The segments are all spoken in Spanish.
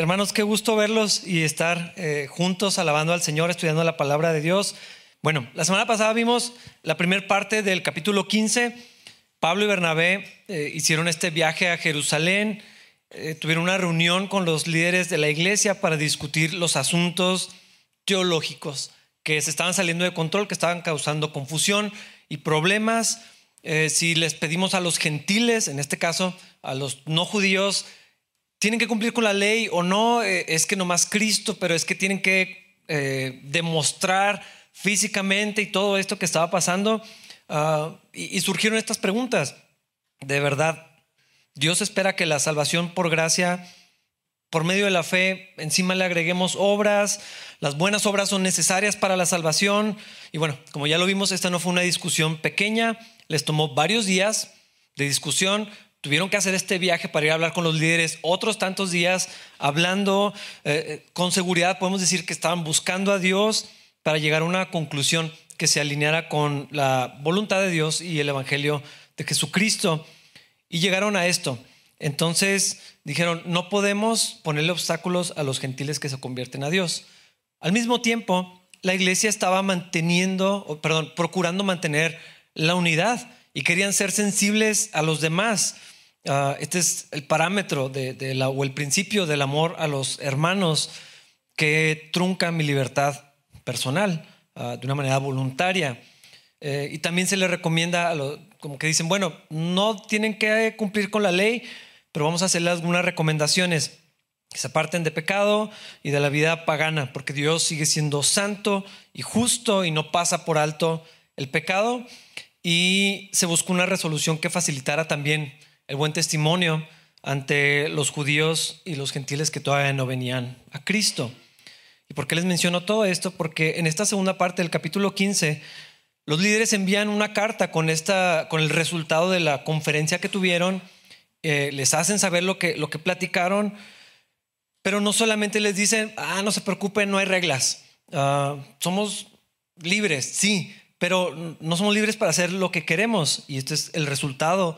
Hermanos, qué gusto verlos y estar juntos alabando al Señor, estudiando la palabra de Dios. Bueno, la semana pasada vimos la primera parte del capítulo 15. Pablo y Bernabé hicieron este viaje a Jerusalén, tuvieron una reunión con los líderes de la iglesia para discutir los asuntos teológicos que se estaban saliendo de control, que estaban causando confusión y problemas. Si les pedimos a los gentiles, en este caso a los no judíos, ¿tienen que cumplir con la ley o no? Es que nomás Cristo, pero es que tienen que demostrar físicamente y todo esto que estaba pasando. Y surgieron estas preguntas. ¿De verdad Dios espera que la salvación por gracia, por medio de la fe, encima le agreguemos obras? Las buenas obras son necesarias para la salvación. Y bueno, como ya lo vimos, esta no fue una discusión pequeña. Les tomó varios días de discusión. Tuvieron que hacer este viaje para ir a hablar con los líderes otros tantos días, hablando con seguridad. Podemos decir que estaban buscando a Dios para llegar a una conclusión que se alineara con la voluntad de Dios y el evangelio de Jesucristo. Y llegaron a esto. Entonces dijeron, no podemos ponerle obstáculos a los gentiles que se convierten a Dios. Al mismo tiempo, la iglesia estaba procurando mantener la unidad y querían ser sensibles a los demás. Este es el parámetro o el principio del amor a los hermanos, que trunca mi libertad personal de una manera voluntaria. Y también se les recomienda como que dicen, bueno, no tienen que cumplir con la ley, pero vamos a hacerles algunas recomendaciones: que se aparten de pecado y de la vida pagana, porque Dios sigue siendo santo y justo y no pasa por alto el pecado. Y se buscó una resolución que facilitara también el buen testimonio ante los judíos y los gentiles que todavía no venían a Cristo. ¿Y por qué les menciono todo esto? Porque en esta segunda parte del capítulo 15, los líderes envían una carta con el resultado de la conferencia que tuvieron. Les hacen saber lo que platicaron, pero no solamente les dicen, no se preocupen, no hay reglas. Somos libres, sí, pero no somos libres para hacer lo que queremos. Y este es el resultado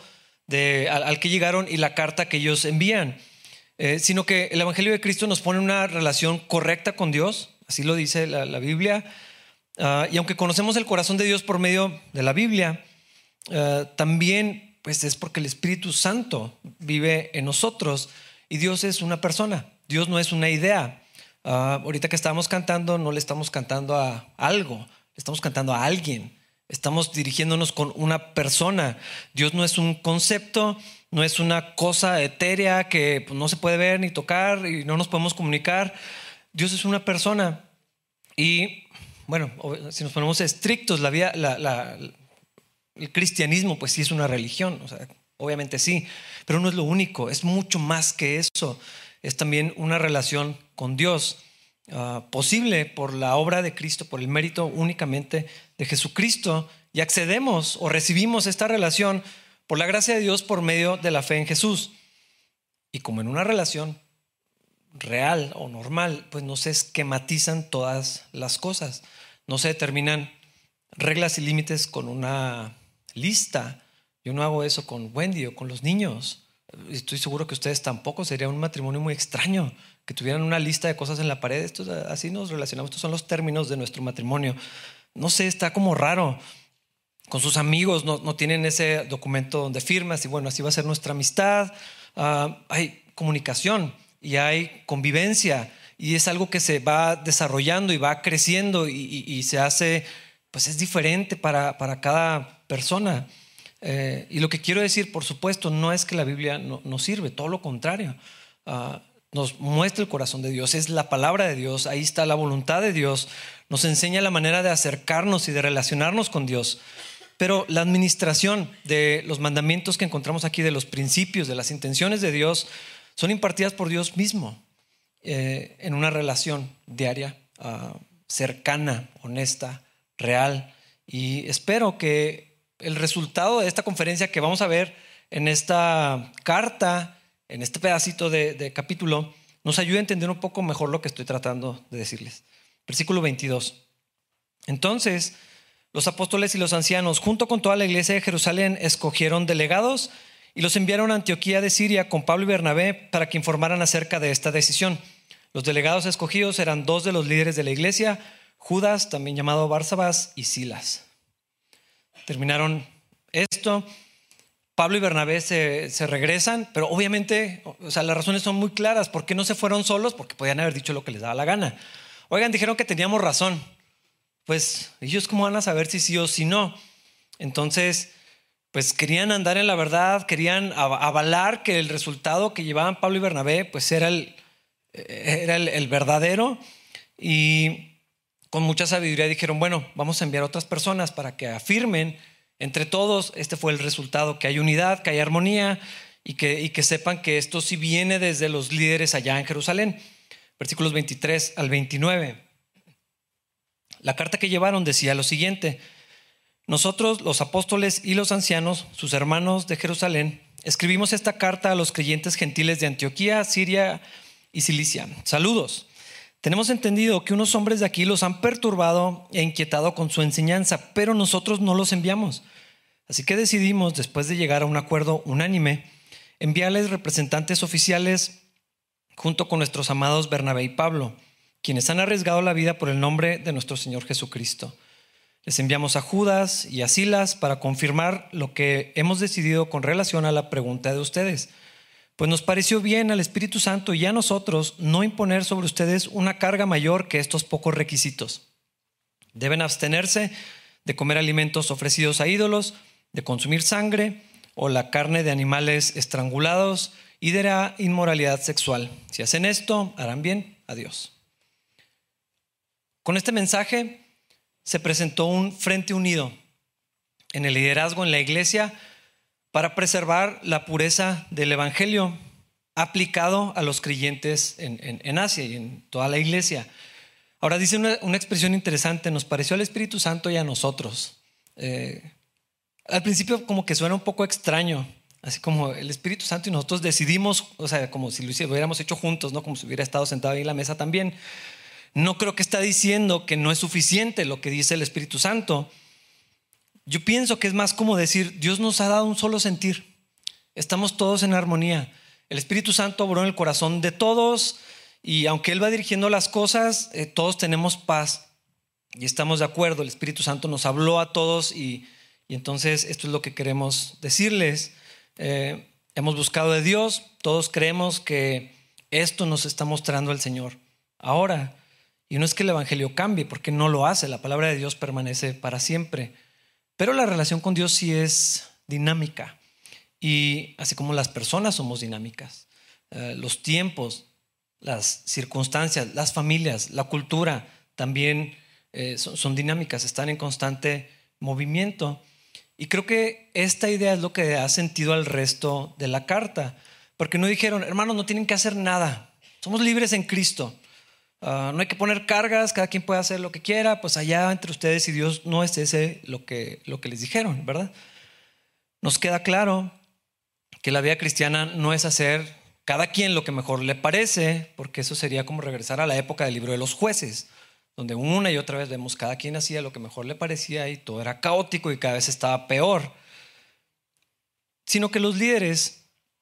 al que llegaron y la carta que ellos envían. Sino que el evangelio de Cristo nos pone en una relación correcta con Dios. Así lo dice la Biblia. Y aunque conocemos el corazón de Dios por medio de la Biblia, también pues es porque el Espíritu Santo vive en nosotros. Y Dios es una persona. Dios no es una idea. Ahorita que estábamos cantando, no le estamos cantando a algo, le estamos cantando a alguien. Estamos dirigiéndonos con una persona. Dios no es un concepto, no es una cosa etérea que no se puede ver ni tocar y no nos podemos comunicar. Dios es una persona. Y bueno, si nos ponemos estrictos, el cristianismo pues sí es una religión, o sea, obviamente sí, pero no es lo único, es mucho más que eso. Es también una relación con Dios, posible por la obra de Cristo, por el mérito únicamente de Jesucristo, y accedemos o recibimos esta relación por la gracia de Dios por medio de la fe en Jesús. Y como en una relación real o normal, pues no se esquematizan todas las cosas, no se determinan reglas y límites con una lista. Yo no hago eso con Wendy o con los niños. Estoy seguro que ustedes tampoco. Sería un matrimonio muy extraño que tuvieran una lista de cosas en la pared. Así nos relacionamos. Estos son los términos de nuestro matrimonio. No sé, está como raro. Con sus amigos no tienen ese documento donde firmas y bueno, así va a ser nuestra amistad. Hay comunicación y hay convivencia, y es algo que se va desarrollando y va creciendo y se hace, pues es diferente para cada persona. Y lo que quiero decir, por supuesto, no es que la Biblia no sirve, todo lo contrario. Nos muestra el corazón de Dios, es la palabra de Dios, ahí está la voluntad de Dios, nos enseña la manera de acercarnos y de relacionarnos con Dios. Pero la administración de los mandamientos que encontramos aquí, de los principios, de las intenciones de Dios, son impartidas por Dios mismo en una relación diaria, cercana, honesta, real. Y espero que el resultado de esta conferencia que vamos a ver en esta carta, en este pedacito de capítulo, nos ayude a entender un poco mejor lo que estoy tratando de decirles. Versículo 22. Entonces, los apóstoles y los ancianos, junto con toda la iglesia de Jerusalén, escogieron delegados y los enviaron a Antioquía de Siria con Pablo y Bernabé para que informaran acerca de esta decisión. Los delegados escogidos eran dos de los líderes de la iglesia, Judas, también llamado Barsabás, y Silas. Terminaron esto. Pablo y Bernabé se regresan, pero obviamente, las razones son muy claras. ¿Por qué no se fueron solos? Porque podían haber dicho lo que les daba la gana. Oigan, dijeron que teníamos razón. Pues ellos cómo van a saber si sí o si no. Entonces, pues querían andar en la verdad, querían avalar que el resultado que llevaban Pablo y Bernabé pues era el verdadero, y con mucha sabiduría dijeron, bueno, vamos a enviar otras personas para que afirmen entre todos, este fue el resultado, que hay unidad, que hay armonía, y que sepan que esto sí viene desde los líderes allá en Jerusalén. Versículos 23 al 29. La carta que llevaron decía lo siguiente: nosotros, los apóstoles y los ancianos, sus hermanos de Jerusalén, escribimos esta carta a los creyentes gentiles de Antioquía, Siria y Cilicia. Saludos. Tenemos entendido que unos hombres de aquí los han perturbado e inquietado con su enseñanza, pero nosotros no los enviamos. Así que decidimos, después de llegar a un acuerdo unánime, enviarles representantes oficiales junto con nuestros amados Bernabé y Pablo, quienes han arriesgado la vida por el nombre de nuestro Señor Jesucristo. Les enviamos a Judas y a Silas para confirmar lo que hemos decidido con relación a la pregunta de ustedes. Pues nos pareció bien al Espíritu Santo y a nosotros no imponer sobre ustedes una carga mayor que estos pocos requisitos. Deben abstenerse de comer alimentos ofrecidos a ídolos, de consumir sangre o la carne de animales estrangulados y de la inmoralidad sexual. Si hacen esto, harán bien a Dios. Con este mensaje se presentó un frente unido en el liderazgo en la iglesia para preservar la pureza del evangelio aplicado a los creyentes en Asia y en toda la iglesia. Ahora dice una expresión interesante: nos pareció al Espíritu Santo y a nosotros. Al principio como que suena un poco extraño, así como el Espíritu Santo y nosotros decidimos, como si lo hubiéramos hecho juntos, ¿no? Como si hubiera estado sentado ahí en la mesa también. No creo que está diciendo que no es suficiente lo que dice el Espíritu Santo. Yo pienso que es más como decir, Dios nos ha dado un solo sentir. Estamos todos en armonía. El Espíritu Santo obró en el corazón de todos, y aunque Él va dirigiendo las cosas, todos tenemos paz y estamos de acuerdo. El Espíritu Santo nos habló a todos, y entonces esto es lo que queremos decirles. Hemos buscado de Dios, todos creemos que esto nos está mostrando el Señor ahora. Y no es que el evangelio cambie, porque no lo hace. La palabra de Dios permanece para siempre. Pero la relación con Dios sí es dinámica. Y así como las personas somos dinámicas, los tiempos, las circunstancias, las familias, la cultura también son dinámicas, están en constante movimiento. Y creo que esta idea es lo que da sentido al resto de la carta. Porque no dijeron, hermanos, no tienen que hacer nada. Somos libres en Cristo. No hay que poner cargas, cada quien puede hacer lo que quiera, pues allá entre ustedes y Dios. No es ese lo que les dijeron, ¿verdad? Nos queda claro que la vida cristiana no es hacer cada quien lo que mejor le parece, porque eso sería como regresar a la época del libro de los jueces, donde una y otra vez vemos cada quien hacía lo que mejor le parecía y todo era caótico y cada vez estaba peor. Sino que los líderes,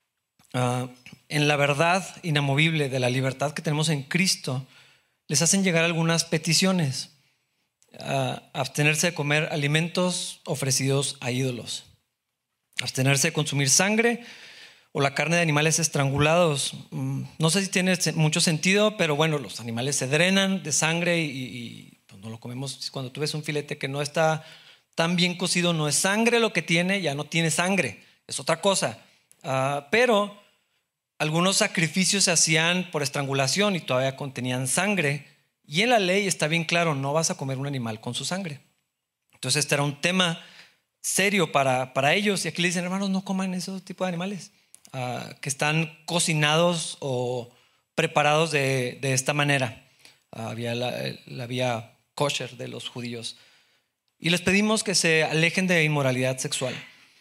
en la verdad inamovible de la libertad que tenemos en Cristo, les hacen llegar algunas peticiones: abstenerse de comer alimentos ofrecidos a ídolos, abstenerse de consumir sangre o la carne de animales estrangulados. No sé si tiene mucho sentido, pero bueno, los animales se drenan de sangre y pues no lo comemos. Cuando tú ves un filete que no está tan bien cocido, no es sangre lo que tiene, ya no tiene sangre, es otra cosa. Pero algunos sacrificios se hacían por estrangulación y todavía contenían sangre, y en la ley está bien claro, no vas a comer un animal con su sangre. Entonces este era un tema serio para ellos, y aquí le dicen, hermanos, no coman ese tipo de animales que están cocinados o preparados de esta manera. Había la vía kosher de los judíos, y les pedimos que se alejen de inmoralidad sexual.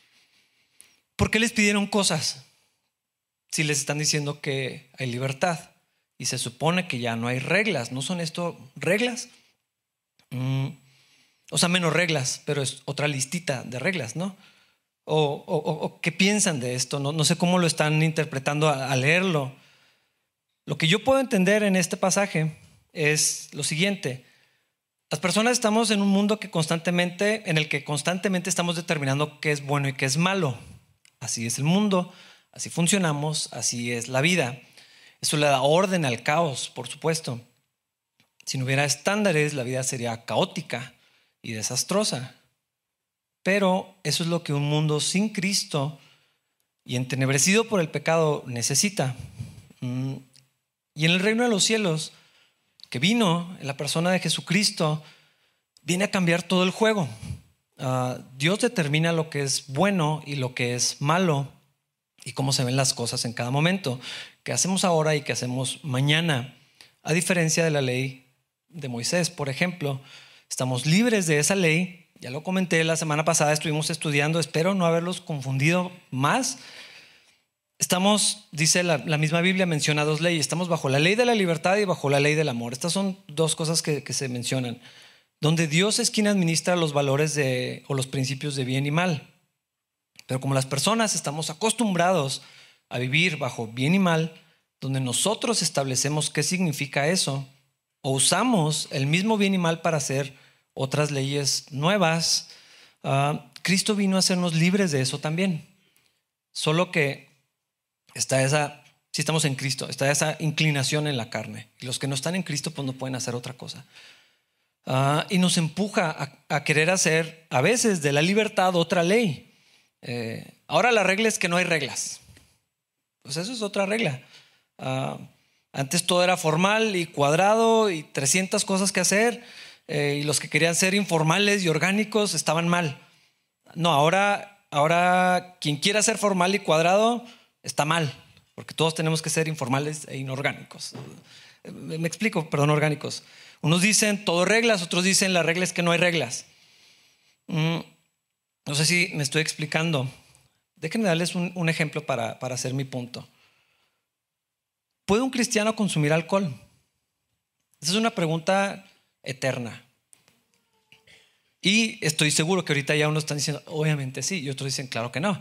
¿Por qué les pidieron cosas si les están diciendo que hay libertad y se supone que ya no hay reglas? ¿No son esto reglas? Menos reglas, pero es otra listita de reglas, ¿no? O ¿qué piensan de esto? No sé cómo lo están interpretando al leerlo. Lo que yo puedo entender en este pasaje es lo siguiente. Las personas estamos en un mundo en el que constantemente estamos determinando qué es bueno y qué es malo. Así es el mundo, así funcionamos, así es la vida. Eso le da orden al caos, por supuesto. Si no hubiera estándares, la vida sería caótica y desastrosa. Pero eso es lo que un mundo sin Cristo y entenebrecido por el pecado necesita. Y en el reino de los cielos, que vino en la persona de Jesucristo, viene a cambiar todo el juego. Dios determina lo que es bueno y lo que es malo y cómo se ven las cosas en cada momento, qué hacemos ahora y qué hacemos mañana. A diferencia de la ley de Moisés, por ejemplo, estamos libres de esa ley. Ya lo comenté la semana pasada, estuvimos estudiando, espero no haberlos confundido más. Estamos, dice la misma Biblia, menciona dos leyes. Estamos bajo la ley de la libertad y bajo la ley del amor. Estas son dos cosas que se mencionan, donde Dios es quien administra los valores o los principios de bien y mal. Pero como las personas estamos acostumbrados a vivir bajo bien y mal, donde nosotros establecemos qué significa eso, o usamos el mismo bien y mal para hacer otras leyes nuevas, Cristo vino a hacernos libres de eso también. Solo que si estamos en Cristo, está esa inclinación en la carne. Y los que no están en Cristo pues no pueden hacer otra cosa. Y nos empuja a querer hacer a veces de la libertad otra ley. Ahora la regla es que no hay reglas. Pues eso es otra regla. Antes todo era formal y cuadrado y 300 cosas que hacer, y los que querían ser informales y orgánicos estaban mal. No, ahora quien quiera ser formal y cuadrado está mal, porque todos tenemos que ser informales e inorgánicos. Me explico, perdón, orgánicos. Unos dicen todo reglas, otros dicen la regla es que no hay reglas. No sé si me estoy explicando. Déjenme darles un ejemplo para hacer mi punto. ¿Puede un cristiano consumir alcohol? Esa es una pregunta eterna. Y estoy seguro que ahorita ya unos están diciendo, obviamente sí, y otros dicen, claro que no.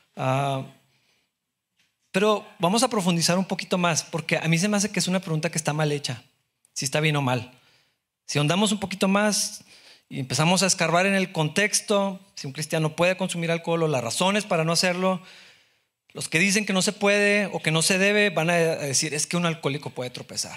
Pero vamos a profundizar un poquito más, porque a mí se me hace que es una pregunta que está mal hecha, si está bien o mal. Si ahondamos un poquito más y empezamos a escarbar en el contexto, si un cristiano puede consumir alcohol o las razones para no hacerlo, los que dicen que no se puede o que no se debe van a decir, es que un alcohólico puede tropezar.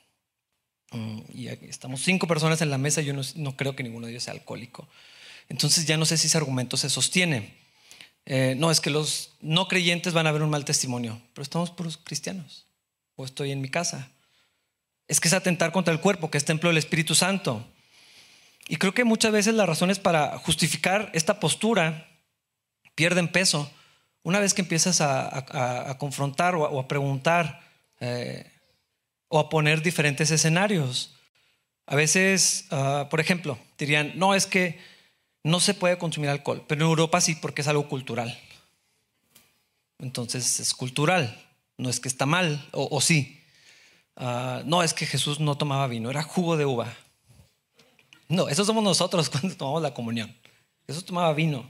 Y aquí estamos 5 personas en la mesa y yo no creo que ninguno de ellos sea alcohólico. Entonces ya no sé si ese argumento se sostiene. No, es que los no creyentes van a ver un mal testimonio, pero estamos puros cristianos. O estoy en mi casa. Es que es atentar contra el cuerpo, que es templo del Espíritu Santo. Y creo que muchas veces las razones para justificar esta postura pierden peso una vez que empiezas a confrontar o a preguntar o a poner diferentes escenarios. A veces, por ejemplo, dirían, no, es que no se puede consumir alcohol, pero en Europa sí, porque es algo cultural. Entonces es cultural, no es que está mal, o sí. No, es que Jesús no tomaba vino, era jugo de uva. No, eso somos nosotros cuando tomamos la comunión. Jesús tomaba vino.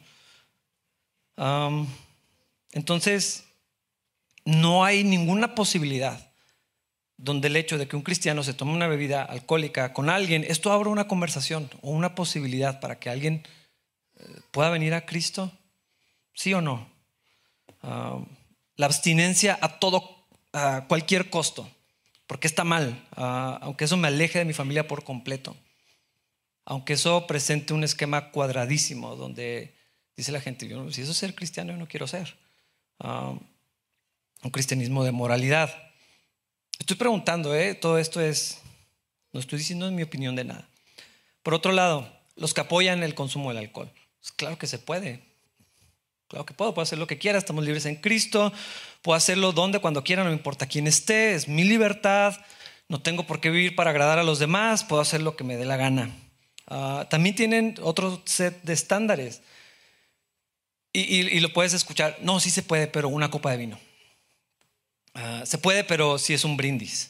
Entonces, no hay ninguna posibilidad donde el hecho de que un cristiano se tome una bebida alcohólica con alguien, esto abre una conversación o una posibilidad para que alguien pueda venir a Cristo, ¿sí o no? La abstinencia a cualquier costo, porque está mal, aunque eso me aleje de mi familia por completo, aunque eso presente un esquema cuadradísimo donde dice la gente, si eso es ser cristiano, yo no quiero ser. Un cristianismo de moralidad. Estoy preguntando, todo esto no estoy diciendo en mi opinión de nada. Por otro lado, los que apoyan el consumo del alcohol, pues claro que se puede. Claro que puedo hacer lo que quiera, estamos libres en Cristo, puedo hacerlo donde, cuando quiera, no me importa quién esté, es mi libertad, no tengo por qué vivir para agradar a los demás, puedo hacer lo que me dé la gana. También tienen otro set de estándares y lo puedes escuchar, no, sí se puede, pero una copa de vino. Se puede, pero si es un brindis.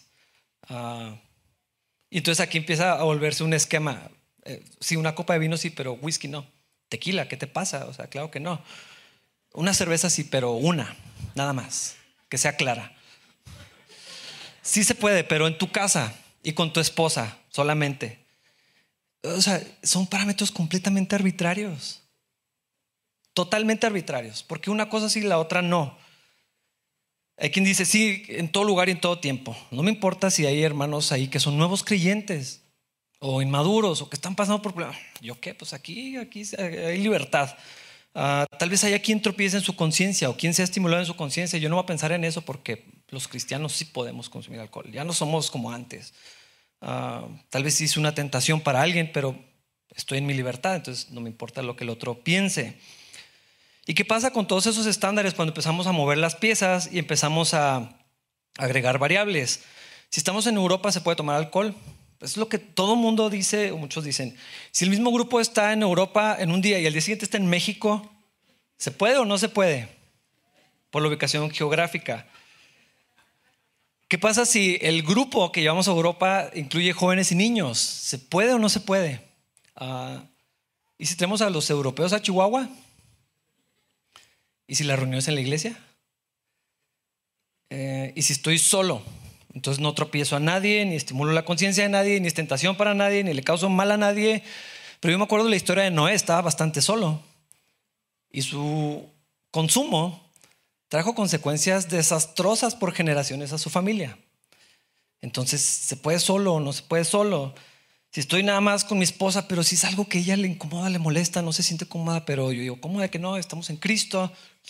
Y entonces aquí empieza a volverse un esquema. Sí, una copa de vino sí, pero whisky no. Tequila, ¿qué te pasa? O sea, claro que no. Una cerveza sí, pero una, nada más, que sea clara. Sí se puede, pero en tu casa y con tu esposa solamente. O sea, son parámetros completamente arbitrarios. Totalmente arbitrarios. Porque una cosa sí y la otra no. Hay quien dice, sí, en todo lugar y en todo tiempo. No me importa si hay hermanos ahí que son nuevos creyentes o inmaduros o que están pasando por problemas. ¿Yo qué? Pues aquí hay libertad. Tal vez haya quien tropiece en su conciencia o quien sea estimulado en su conciencia. Yo no voy a pensar en eso porque los cristianos sí podemos consumir alcohol. Ya no somos como antes. Tal vez hice una tentación para alguien, pero estoy en mi libertad, entonces no me importa lo que el otro piense. ¿Y qué pasa con todos esos estándares cuando empezamos a mover las piezas y empezamos a agregar variables? Si estamos en Europa, ¿se puede tomar alcohol? Es lo que todo mundo dice, o muchos dicen. Si el mismo grupo está en Europa en un día y al día siguiente está en México, ¿se puede o no se puede? Por la ubicación geográfica. ¿Qué pasa si el grupo que llevamos a Europa incluye jóvenes y niños? ¿Se puede o no se puede? ¿Y si tenemos a los europeos a Chihuahua? ¿Y si la reunión es en la iglesia? ¿Y si estoy solo? Entonces no tropiezo a nadie, ni estimulo la conciencia de nadie, ni es tentación para nadie, ni le causo mal a nadie. Pero yo me acuerdo de la historia de Noé, estaba bastante solo. Y su consumo trajo consecuencias desastrosas por generaciones a su familia. Entonces, ¿se puede solo o no se puede solo? Si estoy nada más con mi esposa, pero si es algo que a ella le incomoda, le molesta, no se siente cómoda, pero yo digo, ¿cómo de que no? Estamos en Cristo.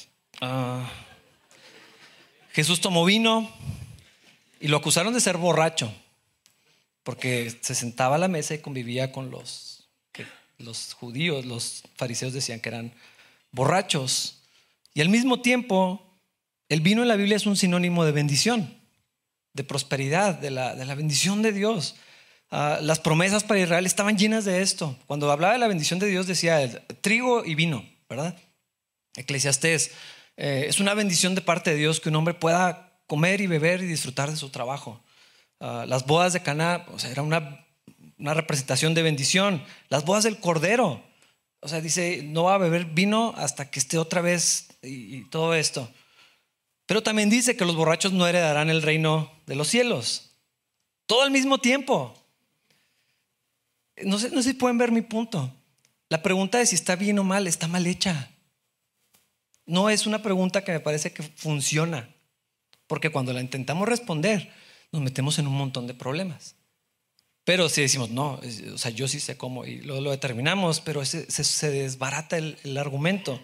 Jesús tomó vino y lo acusaron de ser borracho porque se sentaba a la mesa y convivía con los judíos. Los fariseos decían que eran borrachos. Y al mismo tiempo, el vino en la Biblia es un sinónimo de bendición, de prosperidad, de la bendición de Dios. Las promesas para Israel estaban llenas de esto. Cuando hablaba de la bendición de Dios decía trigo y vino, ¿verdad? Eclesiastés, es una bendición de parte de Dios que un hombre pueda comer y beber y disfrutar de su trabajo. Las bodas de Caná, o sea, era una representación de bendición. Las bodas del Cordero, o sea, dice, no va a beber vino hasta que esté otra vez y todo esto. Pero también dice que los borrachos no heredarán el reino de los cielos. Todo al mismo tiempo. No sé si pueden ver mi punto. La pregunta de si está bien o mal está mal hecha. No es una pregunta que me parece que funciona, porque cuando la intentamos responder nos metemos en un montón de problemas. Pero si decimos no, o sea, yo sí sé cómo y lo determinamos, pero se desbarata el argumento.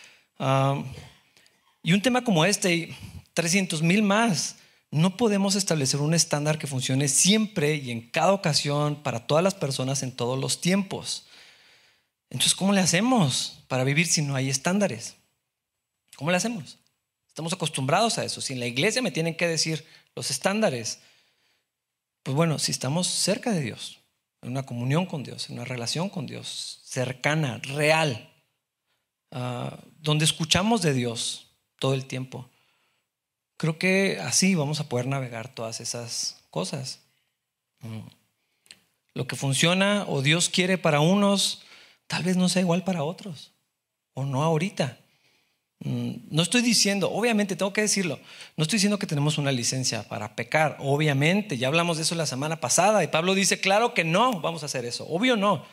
Y un tema como este y 300,000 más, no podemos establecer un estándar que funcione siempre y en cada ocasión para todas las personas en todos los tiempos. Entonces, ¿cómo le hacemos para vivir si no hay estándares? ¿Cómo le hacemos? Estamos acostumbrados a eso. Si en la iglesia me tienen que decir los estándares, pues bueno, si estamos cerca de Dios, en una comunión con Dios, en una relación con Dios, cercana, real, donde escuchamos de Dios todo el tiempo, creo que así vamos a poder navegar todas esas cosas. Lo que funciona o Dios quiere para unos, tal vez no sea igual para otros, o no ahorita. No estoy diciendo, obviamente tengo que decirlo, no estoy diciendo que tenemos una licencia para pecar, obviamente, ya hablamos de eso la semana pasada y Pablo dice, claro que no vamos a hacer eso, obvio no.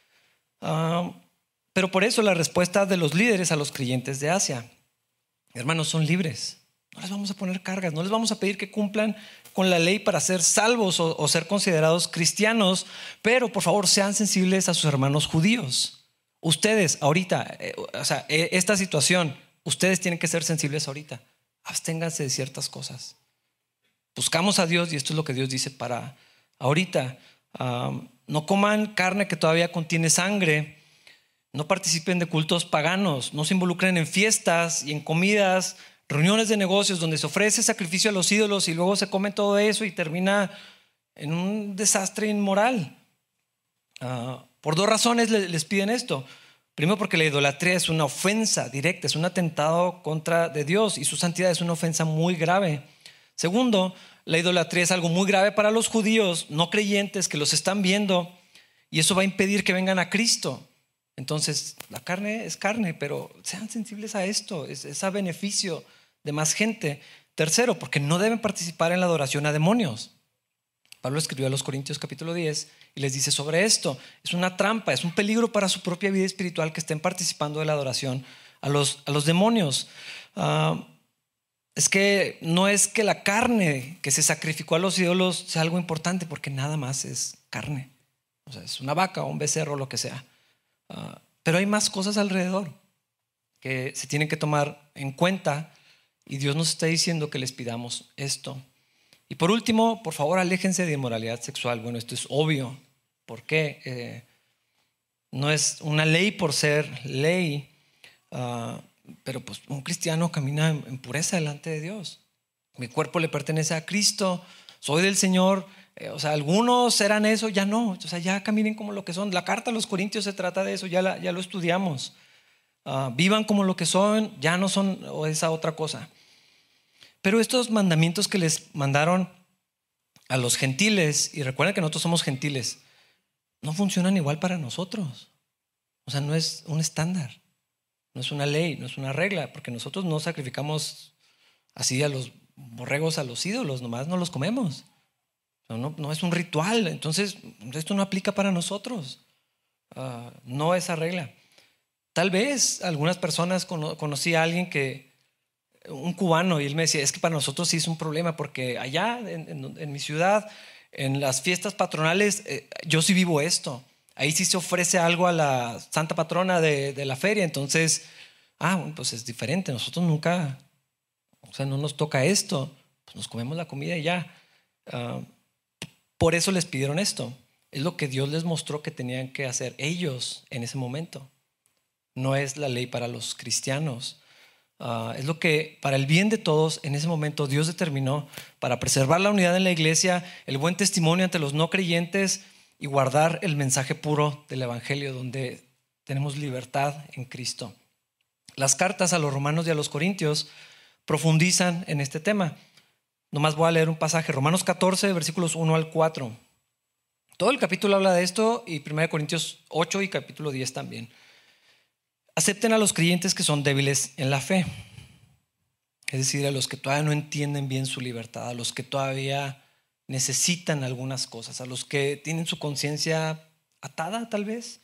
Pero por eso la respuesta de los líderes a los creyentes de Asia, hermanos, son libres, no les vamos a poner cargas, no les vamos a pedir que cumplan con la ley para ser salvos o ser considerados cristianos, pero por favor sean sensibles a sus hermanos judíos. Ustedes ahorita, esta situación, ustedes tienen que ser sensibles ahorita. Absténganse de ciertas cosas. Buscamos a Dios y esto es lo que Dios dice para ahorita. No coman carne que todavía contiene sangre. No participen de cultos paganos. No se involucren en fiestas y en comidas, reuniones de negocios donde se ofrece sacrificio a los ídolos y luego se come todo eso y termina en un desastre inmoral. Por dos razones les piden esto. Primero, porque la idolatría es una ofensa directa, es un atentado contra de Dios y su santidad es una ofensa muy grave. Segundo, la idolatría es algo muy grave para los judíos no creyentes que los están viendo y eso va a impedir que vengan a Cristo. Entonces, la carne es carne, pero sean sensibles a esto, es a beneficio de más gente. Tercero, porque no deben participar en la adoración a demonios. Pablo escribió a los Corintios capítulo 10 y les dice sobre esto: es una trampa, es un peligro para su propia vida espiritual que estén participando de la adoración a los demonios. Es que no es que la carne que se sacrificó a los ídolos sea algo importante, porque nada más es carne. O sea, es una vaca o un becerro o lo que sea. Pero hay más cosas alrededor que se tienen que tomar en cuenta, y Dios nos está diciendo que les pidamos esto. Y por último, por favor, aléjense de inmoralidad sexual. Bueno, esto es obvio. ¿Por qué? No es una ley por ser ley, pero pues un cristiano camina en pureza delante de Dios. Mi cuerpo le pertenece a Cristo, soy del Señor. O sea, algunos eran eso, ya no. O sea, ya caminen como lo que son. La carta a los Corintios se trata de eso, ya lo estudiamos. Vivan como lo que son, ya no son o esa otra cosa. Pero estos mandamientos que les mandaron a los gentiles, y recuerden que nosotros somos gentiles, no funcionan igual para nosotros. O sea, no es un estándar, no es una ley, no es una regla, porque nosotros no sacrificamos así a los borregos, a los ídolos, nomás no los comemos. No es un ritual. Entonces esto no aplica para nosotros. No esa regla. Tal vez algunas personas, conocí a alguien un cubano, y él me decía: es que para nosotros sí es un problema, porque allá en mi ciudad, en las fiestas patronales, yo sí vivo esto. Ahí sí se ofrece algo a la santa patrona de la feria. Entonces, bueno, pues es diferente. Nosotros nunca, o sea, no nos toca esto. Pues nos comemos la comida y ya. Por eso les pidieron esto. Es lo que Dios les mostró que tenían que hacer ellos en ese momento. No es la ley para los cristianos. Es lo que para el bien de todos en ese momento Dios determinó, para preservar la unidad en la iglesia, el buen testimonio ante los no creyentes y guardar el mensaje puro del evangelio, donde tenemos libertad en Cristo. Las cartas a los romanos y a los corintios profundizan en este tema. Nomás voy a leer un pasaje, Romanos 14, versículos 1 al 4. Todo el capítulo habla de esto, y 1 Corintios 8 y capítulo 10 también. Acepten a los creyentes que son débiles en la fe, es decir, a los que todavía no entienden bien su libertad, a los que todavía necesitan algunas cosas, a los que tienen su conciencia atada tal vez.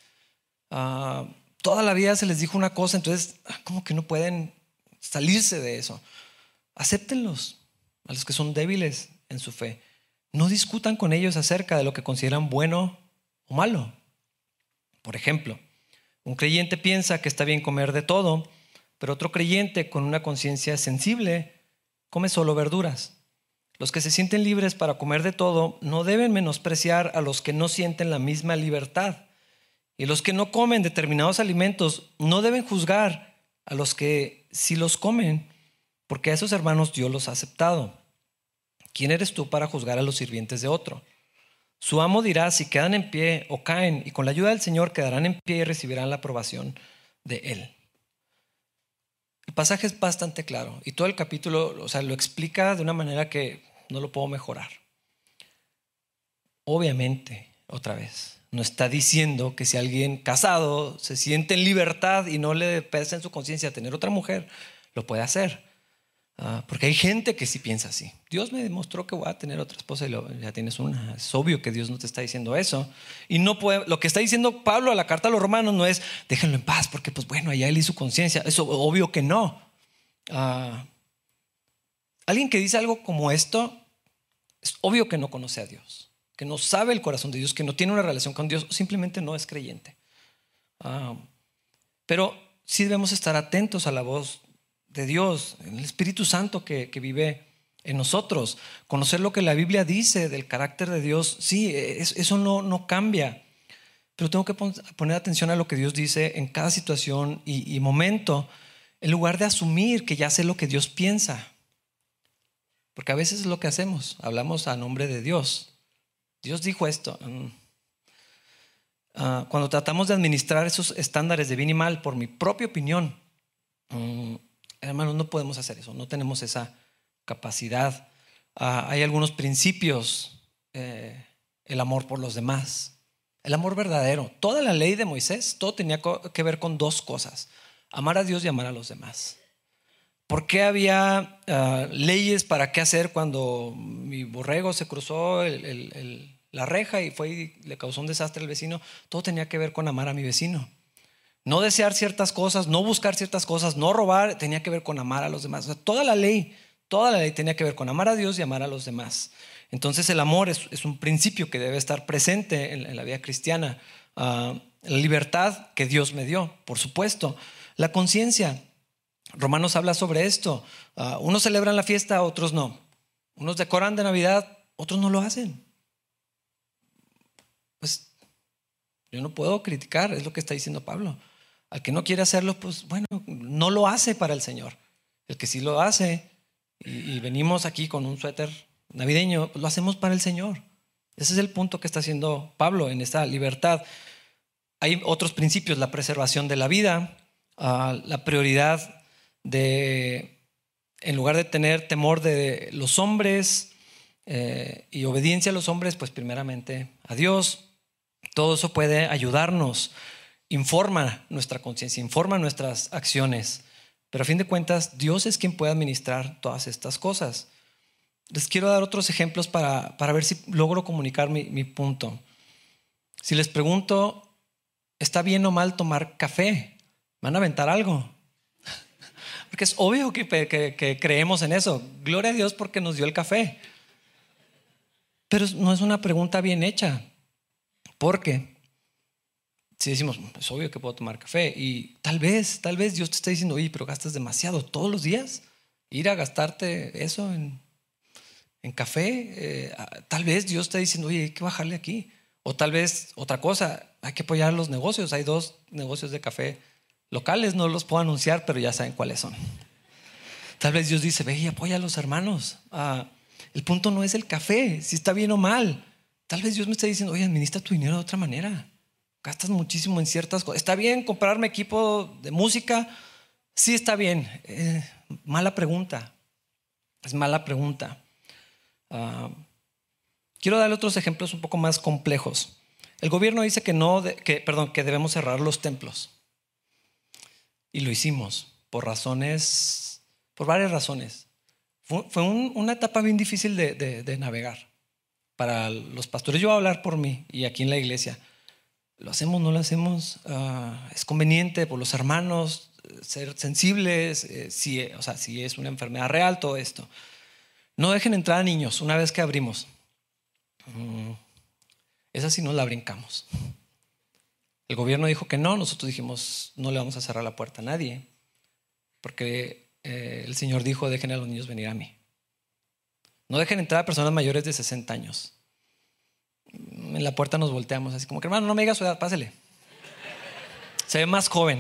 Toda la vida se les dijo una cosa, entonces como que no pueden salirse de eso. Acéptenlos, a los que son débiles en su fe. No discutan con ellos acerca de lo que consideran bueno o malo. Por ejemplo, un creyente piensa que está bien comer de todo, pero otro creyente con una conciencia sensible come solo verduras. Los que se sienten libres para comer de todo no deben menospreciar a los que no sienten la misma libertad. Y los que no comen determinados alimentos no deben juzgar a los que sí los comen, porque a esos hermanos Dios los ha aceptado. ¿Quién eres tú para juzgar a los sirvientes de otro? Su amo dirá si quedan en pie o caen, y con la ayuda del Señor quedarán en pie y recibirán la aprobación de Él. El pasaje es bastante claro, y todo el capítulo, o sea, lo explica de una manera que no lo puedo mejorar. Obviamente, otra vez, no está diciendo que si alguien casado se siente en libertad y no le pesa en su conciencia tener otra mujer, lo puede hacer. Porque hay gente que sí piensa así. Dios me demostró que voy a tener otra esposa y ya tienes una. Es obvio que Dios no te está diciendo eso. Y no puede, lo que está diciendo Pablo a la carta a los romanos no es déjenlo en paz, porque pues bueno, allá él y su conciencia. Eso obvio que no. Alguien que dice algo como esto es obvio que no conoce a Dios, que no sabe el corazón de Dios, que no tiene una relación con Dios, simplemente no es creyente. Pero sí debemos estar atentos a la voz de Dios, el Espíritu Santo que vive en nosotros. Conocer lo que la Biblia dice del carácter de Dios, sí, eso no cambia. Pero tengo que poner atención a lo que Dios dice en cada situación y momento, en lugar de asumir que ya sé lo que Dios piensa. Porque a veces es lo que hacemos, hablamos a nombre de Dios. Dios dijo esto. Cuando tratamos de administrar esos estándares de bien y mal por mi propia opinión, hermanos, no podemos hacer eso, no tenemos esa capacidad. Hay algunos principios, el amor por los demás, el amor verdadero. Toda la ley de Moisés, todo tenía que ver con dos cosas: amar a Dios y amar a los demás. ¿Por qué había leyes para qué hacer cuando mi borrego se cruzó la reja y fue y le causó un desastre al vecino? Todo tenía que ver con amar a mi vecino. No desear ciertas cosas, no buscar ciertas cosas, no robar, tenía que ver con amar a los demás. O sea, toda la ley tenía que ver con amar a Dios y amar a los demás. Entonces el amor es un principio que debe estar presente en la vida cristiana. La libertad que Dios me dio, por supuesto. La conciencia. Romanos habla sobre esto. Unos celebran la fiesta, otros no. Unos decoran de Navidad, otros no lo hacen. Pues yo no puedo criticar, es lo que está diciendo Pablo. Al que no quiere hacerlo, pues bueno, no lo hace para el Señor. El que sí lo hace y venimos aquí con un suéter navideño, pues lo hacemos para el Señor. Ese es el punto que está haciendo Pablo en esta libertad. Hay otros principios: la preservación de la vida, la prioridad en lugar de tener temor de los hombres y obediencia a los hombres, pues primeramente a Dios. Todo eso puede ayudarnos, informa nuestra conciencia, informa nuestras acciones, pero a fin de cuentas Dios es quien puede administrar todas estas cosas. Les quiero dar otros ejemplos para ver si logro comunicar mi punto. Si les pregunto, ¿está bien o mal tomar café? ¿Van a aventar algo? Porque es obvio que creemos en eso. Gloria a Dios porque nos dio el café. Pero no es una pregunta bien hecha. Porque si decimos, es obvio que puedo tomar café, y tal vez Dios te está diciendo, oye, pero gastas demasiado todos los días. Ir a gastarte eso en café. Tal vez Dios está diciendo, oye, hay que bajarle aquí. O tal vez otra cosa, hay que apoyar los negocios. Hay 2 negocios de café locales, no los puedo anunciar, pero ya saben cuáles son. Tal vez Dios dice, ve y apoya a los hermanos. El punto no es el café, si está bien o mal. Tal vez Dios me está diciendo, oye, administra tu dinero de otra manera. Gastas muchísimo en ciertas cosas. ¿Está bien comprarme equipo de música? Sí, está bien. Mala pregunta. Es mala pregunta. Quiero darle otros ejemplos un poco más complejos. El gobierno dice que debemos cerrar los templos. Y lo hicimos por varias razones. Fue una etapa bien difícil de navegar para los pastores. Yo voy a hablar por mí y aquí en la iglesia. ¿Lo hacemos, no lo hacemos? ¿Es conveniente por los hermanos ser sensibles? Si es una enfermedad real, todo esto. No dejen entrar a niños una vez que abrimos. Esa sí nos la brincamos. El gobierno dijo que no, nosotros dijimos no le vamos a cerrar la puerta a nadie, porque el Señor dijo, dejen a los niños venir a mí. No dejen entrar a personas mayores de 60 años. En la puerta nos volteamos así como que, hermano, no me diga su edad, pásele. Se ve más joven.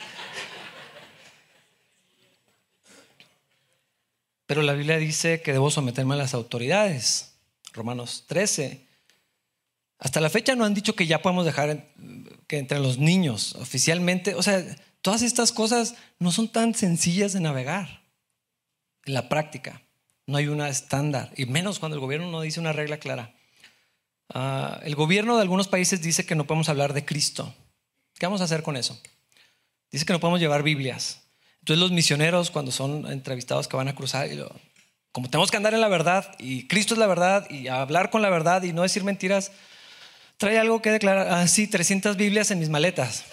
Pero la Biblia dice que debo someterme a las autoridades. Romanos 13. Hasta la fecha no han dicho que ya podemos dejar que entren los niños oficialmente. O sea, todas estas cosas no son tan sencillas de navegar en la práctica. No hay una estándar, y menos cuando el gobierno no dice una regla clara. El gobierno de algunos países dice que no podemos hablar de Cristo. ¿Qué vamos a hacer con eso? Dice que no podemos llevar Biblias. Entonces los misioneros, cuando son entrevistados que van a cruzar, como tenemos que andar en la verdad y Cristo es la verdad y hablar con la verdad y no decir mentiras, trae algo que declarar. Sí, 300 Biblias en mis maletas.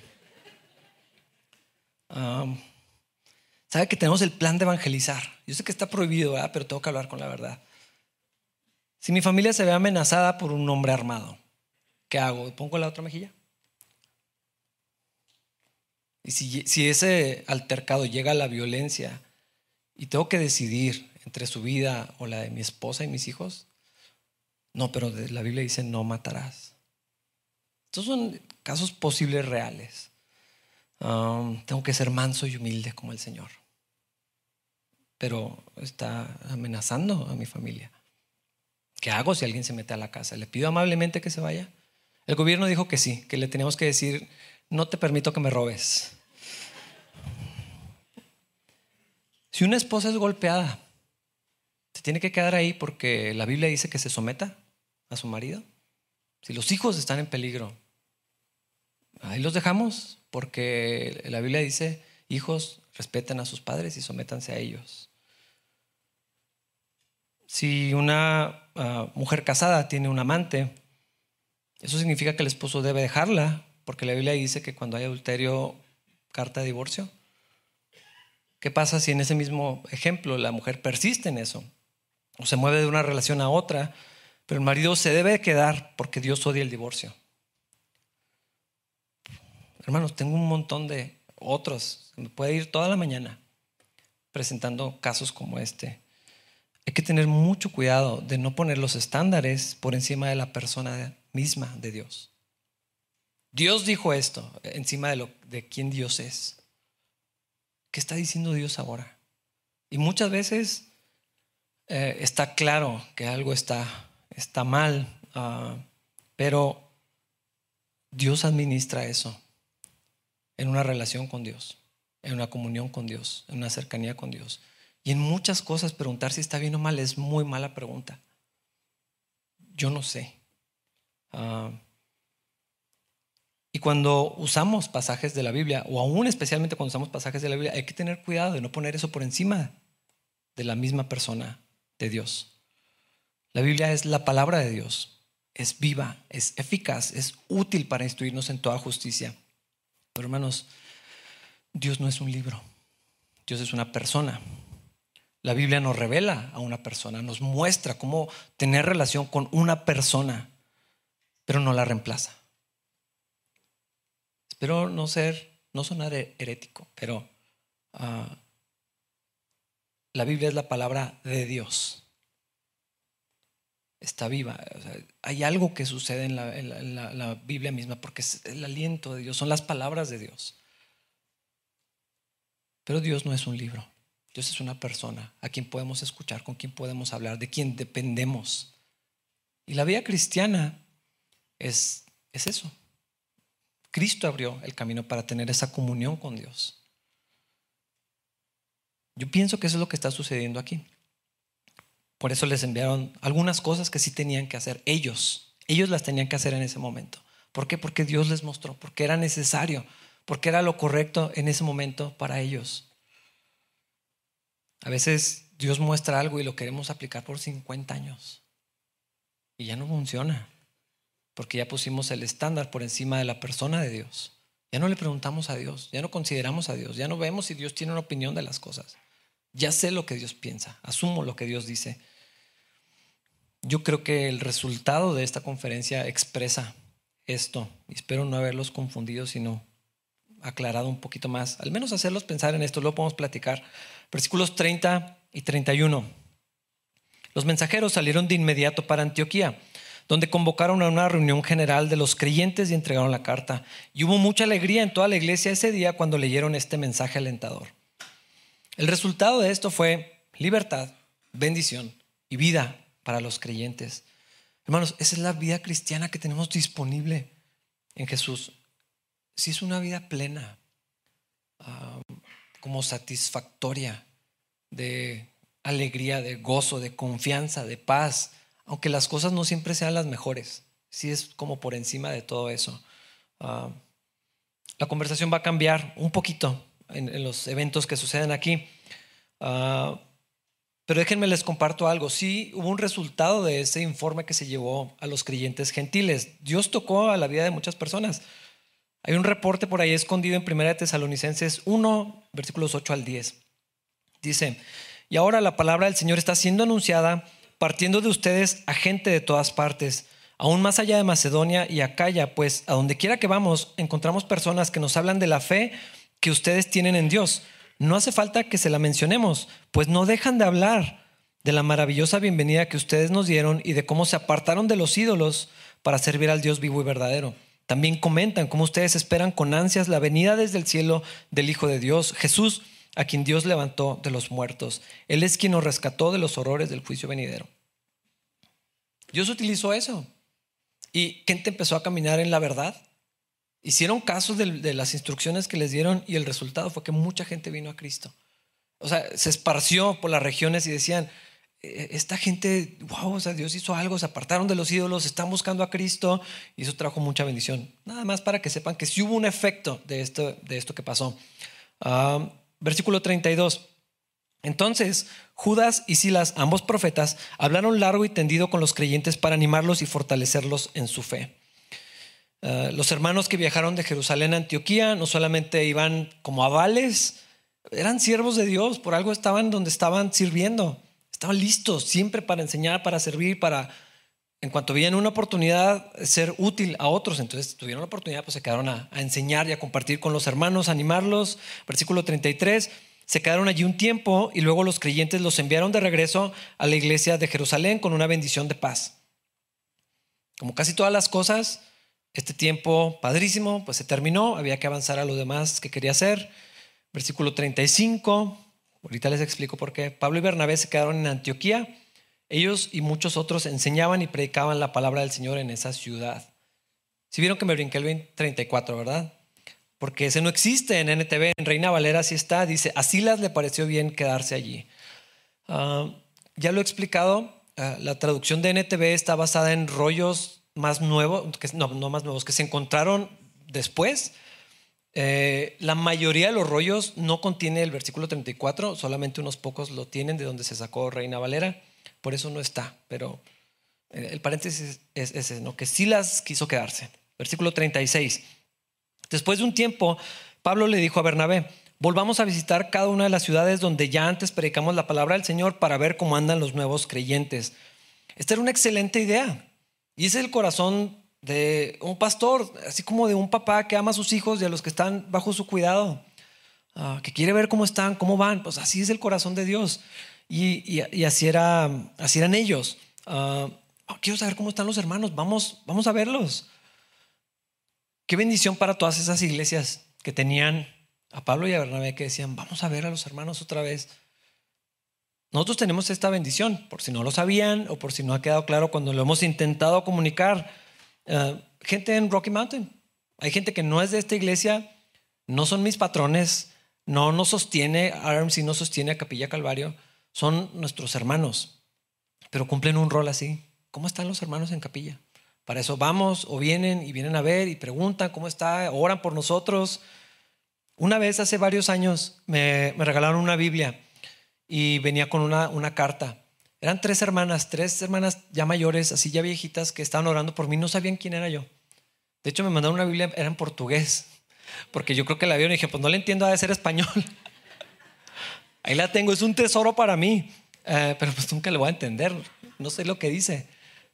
Sabe que tenemos el plan de evangelizar. Yo sé que está prohibido, ¿verdad? Pero tengo que hablar con la verdad. Si mi familia se ve amenazada por un hombre armado, ¿qué hago? ¿Pongo la otra mejilla? Y si ese altercado llega a la violencia y tengo que decidir entre su vida o la de mi esposa y mis hijos, no, pero la Biblia dice no matarás. Estos son casos posibles reales. Tengo que ser manso y humilde como el Señor, pero está amenazando a mi familia. ¿Qué hago si alguien se mete a la casa? ¿Le pido amablemente que se vaya? El gobierno dijo que sí, que le teníamos que decir, no te permito que me robes. Si una esposa es golpeada, ¿se tiene que quedar ahí porque la Biblia dice que se someta a su marido? Si los hijos están en peligro, ahí los dejamos porque la Biblia dice, hijos, respeten a sus padres y sométanse a ellos. Si una mujer casada tiene un amante, eso significa que el esposo debe dejarla, porque la Biblia dice que cuando hay adulterio, carta de divorcio. ¿Qué pasa si en ese mismo ejemplo la mujer persiste en eso? O se mueve de una relación a otra, pero el marido se debe quedar porque Dios odia el divorcio. Hermanos, tengo un montón de otros. Me puede ir toda la mañana presentando casos como este. Hay que tener mucho cuidado de no poner los estándares por encima de la persona misma de Dios. Dios dijo esto encima de quién Dios es. ¿Qué está diciendo Dios ahora? Y muchas veces está claro que algo está mal, pero Dios administra eso en una relación con Dios, en una comunión con Dios, en una cercanía con Dios. Y en muchas cosas preguntar si está bien o mal es muy mala pregunta. Yo no sé. Y cuando usamos pasajes de la Biblia, o aún especialmente cuando usamos pasajes de la Biblia, hay que tener cuidado de no poner eso por encima de la misma persona de Dios. La Biblia es la palabra de Dios. Es viva, es eficaz, es útil para instruirnos en toda justicia. Pero hermanos, Dios no es un libro. Dios es una persona. La Biblia nos revela a una persona, nos muestra cómo tener relación con una persona, pero no la reemplaza. Espero no sonar herético, pero la Biblia es la palabra de Dios. Está viva. O sea, hay algo que sucede en la Biblia misma porque es el aliento de Dios, son las palabras de Dios. Pero Dios no es un libro. Dios es una persona a quien podemos escuchar, con quien podemos hablar, de quien dependemos. Y la vida cristiana es eso. Cristo abrió el camino para tener esa comunión con Dios. Yo pienso que eso es lo que está sucediendo aquí. Por eso les enviaron algunas cosas que sí tenían que hacer ellos. Ellos las tenían que hacer en ese momento. ¿Por qué? Porque Dios les mostró, porque era necesario, porque era lo correcto en ese momento para ellos. A veces Dios muestra algo y lo queremos aplicar por 50 años y ya no funciona, porque ya pusimos el estándar por encima de la persona de Dios. Ya no le preguntamos a Dios, ya no consideramos a Dios, ya no vemos si Dios tiene una opinión de las cosas. Ya sé lo que Dios piensa, asumo lo que Dios dice. Yo creo que el resultado de esta conferencia expresa esto, y espero no haberlos confundido, sino aclarado un poquito más, al menos hacerlos pensar en esto. Luego podemos platicar. Versículos 30 y 31. Los mensajeros salieron de inmediato para Antioquía, donde convocaron a una reunión general de los creyentes y entregaron la carta. Y hubo mucha alegría en toda la iglesia ese día cuando leyeron este mensaje alentador. El resultado de esto fue libertad, bendición y vida para los creyentes. Hermanos, esa es la vida cristiana que tenemos disponible en Jesús. Sí, es una vida plena, como satisfactoria, de alegría, de gozo, de confianza, de paz, aunque las cosas no siempre sean las mejores. Sí, es como por encima de todo eso. La conversación va a cambiar un poquito en los eventos que suceden aquí, pero déjenme les comparto algo. Sí, hubo un resultado de ese informe que se llevó a los creyentes gentiles. Dios tocó a la vida de muchas personas. Hay un reporte por ahí escondido en 1 Tesalonicenses 1, versículos 8 al 10. Dice: y ahora la palabra del Señor está siendo anunciada, partiendo de ustedes a gente de todas partes, aún más allá de Macedonia y Acaya, pues a donde quiera que vamos encontramos personas que nos hablan de la fe que ustedes tienen en Dios. No hace falta que se la mencionemos, pues no dejan de hablar de la maravillosa bienvenida que ustedes nos dieron y de cómo se apartaron de los ídolos para servir al Dios vivo y verdadero. También comentan cómo ustedes esperan con ansias la venida desde el cielo del Hijo de Dios, Jesús, a quien Dios levantó de los muertos. Él es quien nos rescató de los horrores del juicio venidero. Dios utilizó eso y gente empezó a caminar en la verdad. Hicieron caso de las instrucciones que les dieron y el resultado fue que mucha gente vino a Cristo. O sea, se esparció por las regiones y decían: esta gente, wow, o sea, Dios hizo algo, se apartaron de los ídolos, están buscando a Cristo, y eso trajo mucha bendición. Nada más para que sepan que sí hubo un efecto de esto que pasó. Versículo 32. Entonces Judas y Silas, ambos profetas, hablaron largo y tendido con los creyentes para animarlos y fortalecerlos en su fe. Los hermanos que viajaron de Jerusalén a Antioquía no solamente iban como avales, eran siervos de Dios, por algo estaban donde estaban sirviendo, estaban listos siempre para enseñar, para servir, para, en cuanto veían una oportunidad, ser útil a otros. Entonces tuvieron la oportunidad, pues se quedaron a enseñar y a compartir con los hermanos, a animarlos. Versículo 33, se quedaron allí un tiempo y luego los creyentes los enviaron de regreso a la iglesia de Jerusalén con una bendición de paz. Como casi todas las cosas, este tiempo padrísimo pues se terminó, había que avanzar a lo demás que quería hacer. Versículo 35, ahorita les explico por qué. Pablo y Bernabé se quedaron en Antioquía. Ellos y muchos otros enseñaban y predicaban la palabra del Señor en esa ciudad. Si vieron que me brinqué el 34, ¿verdad? Porque ese no existe en NTV, en Reina Valera sí está. Dice, a Silas le pareció bien quedarse allí. Ya lo he explicado, la traducción de NTV está basada en rollos más nuevos, no más nuevos, que se encontraron después. La mayoría de los rollos no contiene el versículo 34, solamente unos pocos lo tienen de donde se sacó Reina Valera, por eso no está, pero el paréntesis es ese, ¿no? Que Silas quiso quedarse. Versículo 36. Después de un tiempo, Pablo le dijo a Bernabé, volvamos a visitar cada una de las ciudades donde ya antes predicamos la palabra del Señor para ver cómo andan los nuevos creyentes. Esta era una excelente idea y es el corazón de un pastor, así como de un papá que ama a sus hijos y a los que están bajo su cuidado, que quiere ver cómo están, cómo van. Pues así es el corazón de Dios y así eran ellos. Quiero saber cómo están los hermanos, vamos a verlos. Qué bendición para todas esas iglesias que tenían a Pablo y a Bernabé, que decían, vamos a ver a los hermanos otra vez. Nosotros tenemos esta bendición, por si no lo sabían o por si no ha quedado claro cuando lo hemos intentado comunicar. Gente en Rocky Mountain, hay gente que no es de esta iglesia, no son mis patrones, no nos sostiene RMC, no sostiene a Capilla Calvario, son nuestros hermanos, pero cumplen un rol así. ¿Cómo están los hermanos en Capilla? Para eso vamos o vienen a ver y preguntan cómo está, oran por nosotros. Una vez hace varios años me regalaron una Biblia y venía con una carta. Eran tres hermanas ya mayores, así ya viejitas, que estaban orando por mí, no sabían quién era yo. De hecho me mandaron una Biblia, era en portugués, porque yo creo que la vieron y dije, pues no la entiendo, ha de ser español. Ahí la tengo, es un tesoro para mí, pero pues nunca le voy a entender, no sé lo que dice.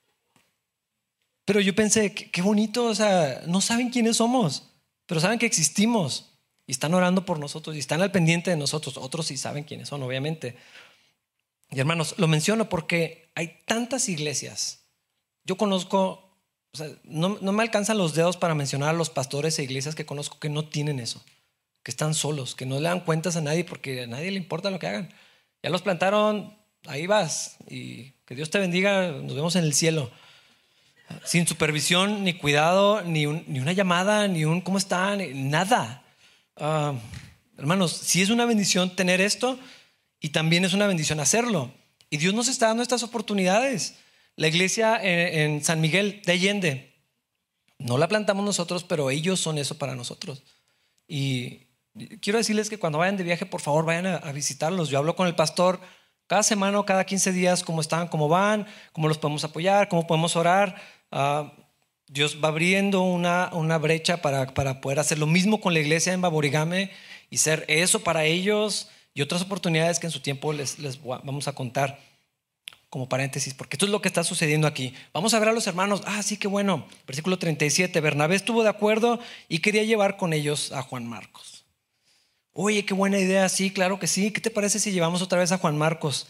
Pero yo pensé, qué bonito, o sea, no saben quiénes somos, pero saben que existimos y están orando por nosotros y están al pendiente de nosotros. Otros sí saben quiénes son, obviamente. Y hermanos, lo menciono porque hay tantas iglesias. Yo conozco, o sea, no me alcanzan los dedos para mencionar a los pastores e iglesias que conozco que no tienen eso, que están solos, que no le dan cuentas a nadie porque a nadie le importa lo que hagan. Ya los plantaron, ahí vas y que Dios te bendiga, nos vemos en el cielo. Sin supervisión, ni cuidado, ni una llamada, ni un ¿cómo están? Nada. Hermanos, sí es una bendición tener esto y también es una bendición hacerlo. Y Dios nos está dando estas oportunidades. La iglesia en San Miguel de Allende, no la plantamos nosotros, pero ellos son eso para nosotros. Y quiero decirles que cuando vayan de viaje, por favor, vayan a visitarlos. Yo hablo con el pastor cada semana o cada 15 días, cómo están, cómo van, cómo los podemos apoyar, cómo podemos orar. Dios va abriendo una brecha para poder hacer lo mismo con la iglesia en Baborigame y ser eso para ellos y otras oportunidades que en su tiempo les vamos a contar como paréntesis, porque esto es lo que está sucediendo aquí. Vamos a ver a los hermanos. Sí, qué bueno. Versículo 37, Bernabé estuvo de acuerdo y quería llevar con ellos a Juan Marcos. Oye, qué buena idea. Sí, claro que sí. ¿Qué te parece si llevamos otra vez a Juan Marcos?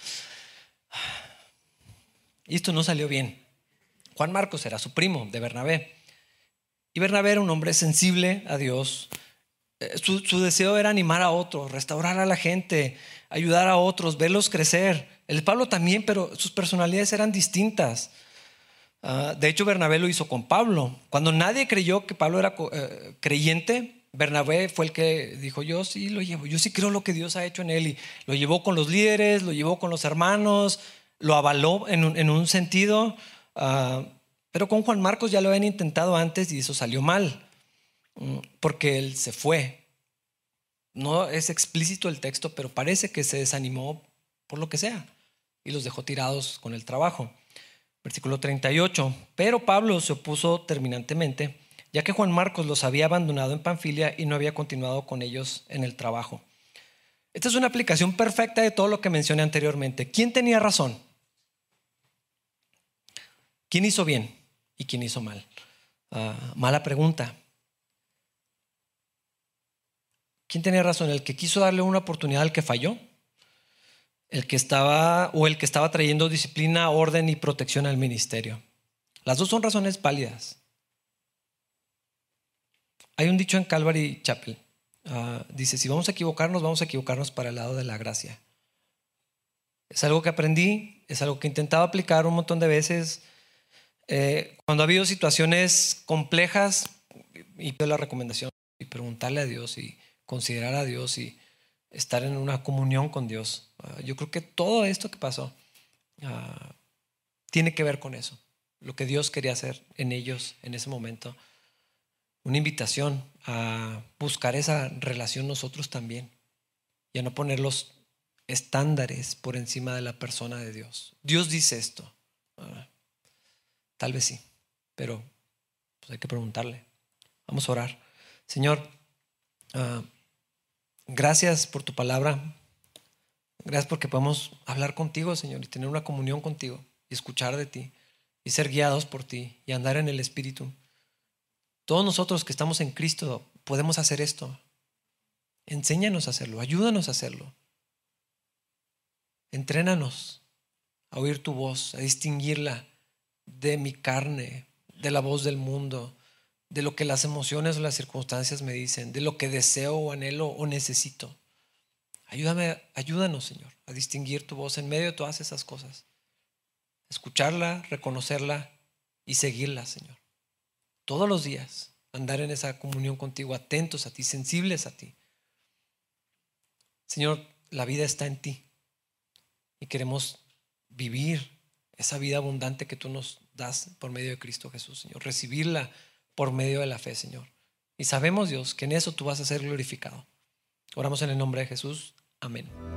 Y esto no salió bien. Juan Marcos era su primo de Bernabé. Y Bernabé era un hombre sensible a Dios. Su deseo era animar a otros, restaurar a la gente, ayudar a otros, verlos crecer. El Pablo también, pero sus personalidades eran distintas. De hecho, Bernabé lo hizo con Pablo. Cuando nadie creyó que Pablo era creyente, Bernabé fue el que dijo, yo sí lo llevo, yo sí creo lo que Dios ha hecho en él. Y lo llevó con los líderes, lo llevó con los hermanos, lo avaló en un sentido. Pero con Juan Marcos ya lo habían intentado antes y eso salió mal, porque él se fue. No es explícito el texto, pero parece que se desanimó por lo que sea y los dejó tirados con el trabajo. Versículo 38. Pero Pablo se opuso terminantemente, ya que Juan Marcos los había abandonado en Panfilia y no había continuado con ellos en el trabajo. Esta es una aplicación perfecta de todo lo que mencioné anteriormente. ¿Quién tenía razón? ¿Quién hizo bien y quién hizo mal? Mala pregunta. ¿Quién tenía razón? ¿El que quiso darle una oportunidad al que falló? ¿El que estaba trayendo disciplina, orden y protección al ministerio? Las dos son razones válidas. Hay un dicho en Calvary Chapel. Dice, si vamos a equivocarnos para el lado de la gracia. Es algo que aprendí, es algo que he intentado aplicar un montón de veces. Cuando ha habido situaciones complejas, y doy la recomendación y preguntarle a Dios y considerar a Dios y estar en una comunión con Dios. Yo creo que todo esto que pasó tiene que ver con eso. Lo que Dios quería hacer en ellos en ese momento. Una invitación a buscar esa relación nosotros también y a no poner los estándares por encima de la persona de Dios. Dios dice esto. Tal vez sí, pero pues hay que preguntarle. Vamos a orar. Señor, gracias por tu palabra. Gracias porque podemos hablar contigo, Señor, y tener una comunión contigo y escuchar de ti y ser guiados por ti y andar en el Espíritu. Todos nosotros que estamos en Cristo podemos hacer esto. Enséñanos a hacerlo, ayúdanos a hacerlo. Entrénanos a oír tu voz, a distinguirla de mi carne, de la voz del mundo, de lo que las emociones o las circunstancias me dicen, de lo que deseo o anhelo o necesito. Ayúdanos, Señor, a distinguir tu voz en medio de todas esas cosas. Escucharla, reconocerla y seguirla, Señor. Todos los días andar en esa comunión contigo, atentos a ti, sensibles a ti. Señor, la vida está en ti y queremos vivir esa vida abundante que tú nos das por medio de Cristo Jesús, Señor. Recibirla por medio de la fe, Señor. Y sabemos, Dios, que en eso tú vas a ser glorificado. Oramos en el nombre de Jesús. Amén.